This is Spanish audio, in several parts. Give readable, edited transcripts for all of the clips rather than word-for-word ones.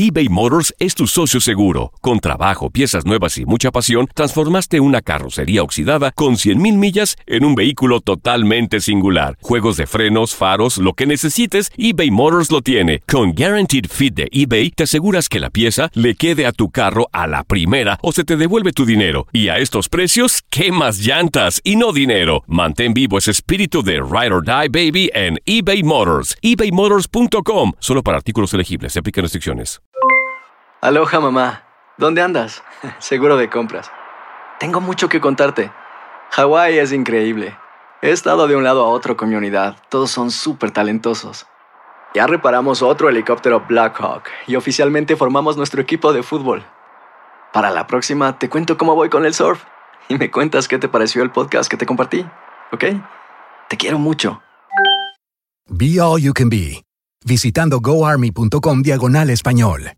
eBay Motors es tu socio seguro. Con trabajo, piezas nuevas y mucha pasión, transformaste una carrocería oxidada con 100,000 millas en un vehículo totalmente singular. Juegos de frenos, faros, lo que necesites, eBay Motors lo tiene. Con Guaranteed Fit de eBay, te aseguras que la pieza le quede a tu carro a la primera o se te devuelve tu dinero. Y a estos precios, ¿qué más llantas y no dinero? Mantén vivo ese espíritu de Ride or Die, baby, en eBay Motors. ebaymotors.com. Solo para artículos elegibles. Se aplican restricciones. Aloha, mamá. ¿Dónde andas? Seguro de compras. Tengo mucho que contarte. Hawái es increíble. He estado de un lado a otro con mi unidad. Todos son súper talentosos. Ya reparamos otro helicóptero Blackhawk y oficialmente formamos nuestro equipo de fútbol. Para la próxima te cuento cómo voy con el surf y me cuentas qué te pareció el podcast que te compartí, ¿ok? Te quiero mucho. Be All You Can Be, visitando goarmy.com/español.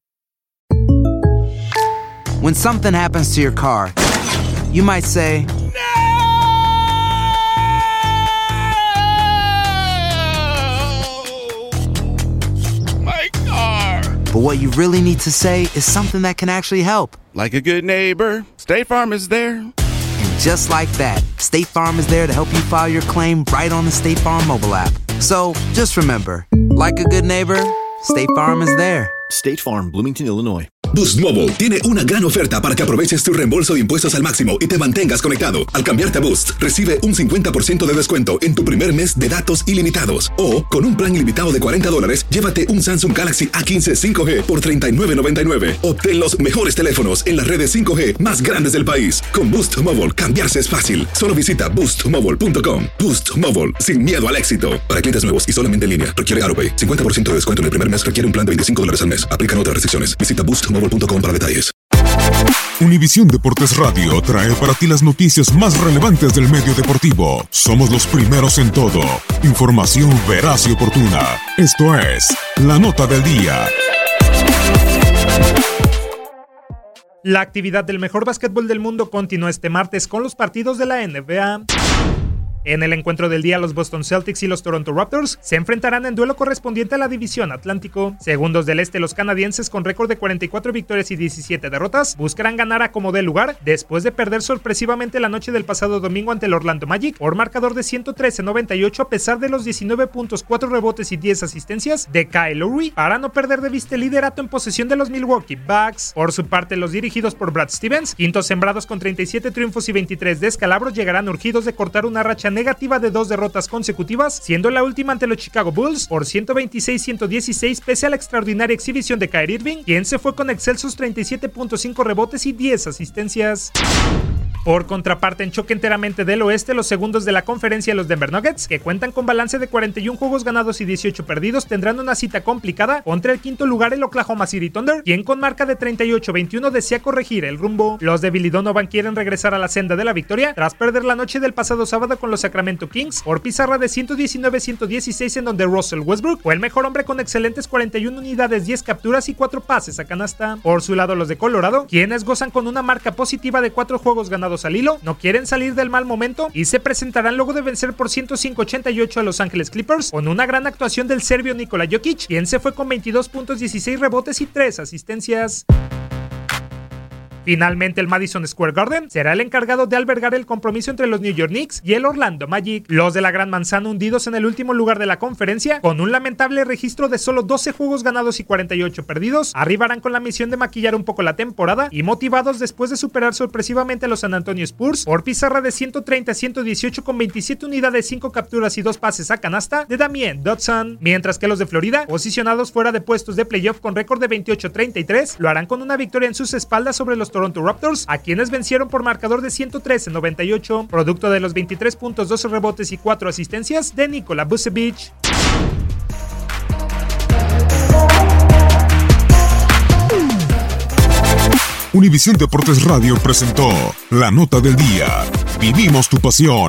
When something happens to your car, you might say, My car! but what you really need to say is something that can actually help. Like a good neighbor, State Farm is there. And just like that, State Farm is there to help you file your claim right on the State Farm mobile app. So just remember, like a good neighbor, State Farm is there. State Farm, Bloomington, Illinois. Boost Mobile tiene una gran oferta para que aproveches tu reembolso de impuestos al máximo y te mantengas conectado. Al cambiarte a Boost, recibe un 50% de descuento en tu primer mes de datos ilimitados. O, con un plan ilimitado de $40, llévate un Samsung Galaxy A15 5G por $39.99. Obtén los mejores teléfonos en las redes 5G más grandes del país. Con Boost Mobile, cambiarse es fácil. Solo visita boostmobile.com. Boost Mobile, sin miedo al éxito. Para clientes nuevos y solamente en línea, requiere AutoPay. 50% de descuento en el primer mes requiere un plan de $25 al mes. Aplican otras restricciones. Visita boostmobile.com para detalles. Univisión Deportes Radio trae para ti las noticias más relevantes del medio deportivo. Somos los primeros en todo. Información veraz y oportuna. Esto es La Nota del Día. La actividad del mejor básquetbol del mundo continúa este martes con los partidos de la NBA. En el encuentro del día, los Boston Celtics y los Toronto Raptors se enfrentarán en duelo correspondiente a la división Atlántico. Segundos del este, los canadienses con récord de 44 victorias y 17 derrotas buscarán ganar a como dé lugar después de perder sorpresivamente la noche del pasado domingo ante el Orlando Magic por marcador de 113-98 a pesar de los 19 puntos, 4 rebotes y 10 asistencias de Kyle Lowry para no perder de vista el liderato en posesión de los Milwaukee Bucks. Por su parte, los dirigidos por Brad Stevens, quintos sembrados con 37 triunfos y 23 descalabros, llegarán urgidos de cortar una racha negativa de 2 derrotas consecutivas, siendo la última ante los Chicago Bulls por 126-116 pese a la extraordinaria exhibición de Kyrie Irving, quien se fue con excelsos 37.5 rebotes y 10 asistencias. Por contraparte, en choque enteramente del oeste, los segundos de la conferencia, los Denver Nuggets, que cuentan con balance de 41 juegos ganados y 18 perdidos, tendrán una cita complicada contra el quinto lugar, el Oklahoma City Thunder, quien con marca de 38-21 desea corregir el rumbo. Los de Billy Donovan quieren regresar a la senda de la victoria tras perder la noche del pasado sábado con los Sacramento Kings por pizarra de 119-116, en donde Russell Westbrook fue el mejor hombre con excelentes 41 unidades, 10 capturas y 4 pases a canasta. Por su lado, los de Colorado, quienes gozan con una marca positiva de 4 juegos ganados al hilo, no quieren salir del mal momento y se presentarán luego de vencer por 105-88 a Los Ángeles Clippers con una gran actuación del serbio Nikola Jokic, quien se fue con 22 puntos, 16 rebotes y 3 asistencias. Finalmente, el Madison Square Garden será el encargado de albergar el compromiso entre los New York Knicks y el Orlando Magic. Los de la Gran Manzana, hundidos en el último lugar de la conferencia, con un lamentable registro de solo 12 juegos ganados y 48 perdidos, arribarán con la misión de maquillar un poco la temporada y motivados después de superar sorpresivamente a los San Antonio Spurs por pizarra de 130-118 con 27 unidades, 5 capturas y 2 pases a canasta de Damian Dotson, mientras que los de Florida, posicionados fuera de puestos de playoff con récord de 28-33, lo harán con una victoria en sus espaldas sobre los Toronto Raptors, a quienes vencieron por marcador de 113-98, producto de los 23 puntos, 12 rebotes y 4 asistencias de Nikola Vucevic. Univisión Deportes Radio presentó La Nota del Día. Vivimos tu pasión.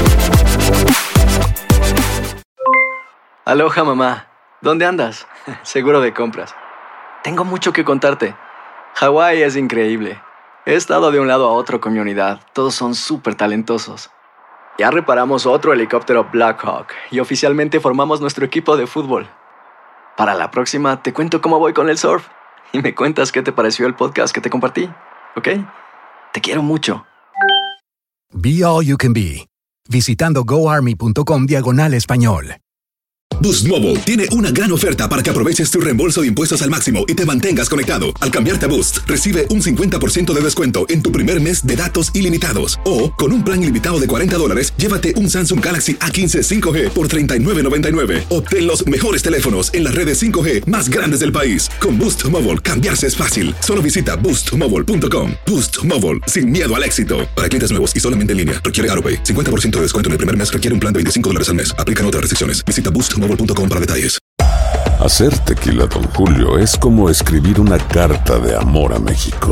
Aloha, mamá. ¿Dónde andas? Seguro de compras. Tengo mucho que contarte. Hawái es increíble. He estado de un lado a otro con mi unidad. Todos son súper talentosos. Ya reparamos otro helicóptero Blackhawk y oficialmente formamos nuestro equipo de fútbol. Para la próxima te cuento cómo voy con el surf y me cuentas qué te pareció el podcast que te compartí, ¿ok? Te quiero mucho. Be All You Can Be, visitando goarmy.com/español. Boost Mobile tiene una gran oferta para que aproveches tu reembolso de impuestos al máximo y te mantengas conectado. Al cambiarte a Boost, recibe un 50% de descuento en tu primer mes de datos ilimitados. O, con un plan ilimitado de $40, llévate un Samsung Galaxy A15 5G por $39.99. Obtén los mejores teléfonos en las redes 5G más grandes del país. Con Boost Mobile, cambiarse es fácil. Solo visita boostmobile.com. Boost Mobile, sin miedo al éxito. Para clientes nuevos y solamente en línea, requiere AutoPay. 50% de descuento en el primer mes requiere un plan de $25 al mes. Aplican otras restricciones. Visita boostmobile.com para detalles. Hacer tequila Don Julio es como escribir una carta de amor a México.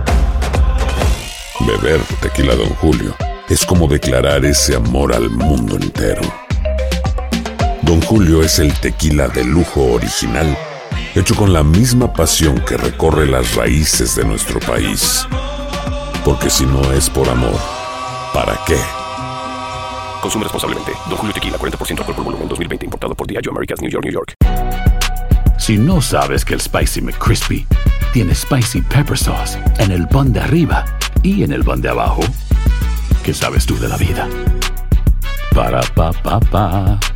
Beber tequila Don Julio es como declarar ese amor al mundo entero. Don Julio es el tequila de lujo original, hecho con la misma pasión que recorre las raíces de nuestro país. Porque si no es por amor, ¿para qué? Consume responsablemente. Don Julio Tequila, 40% alcohol por volumen, 2020. Importado por Diageo Americas, New York, New York. Si no sabes que el Spicy McCrispy tiene Spicy Pepper Sauce en el pan de arriba y en el pan de abajo, ¿qué sabes tú de la vida? Para, pa, pa, pa.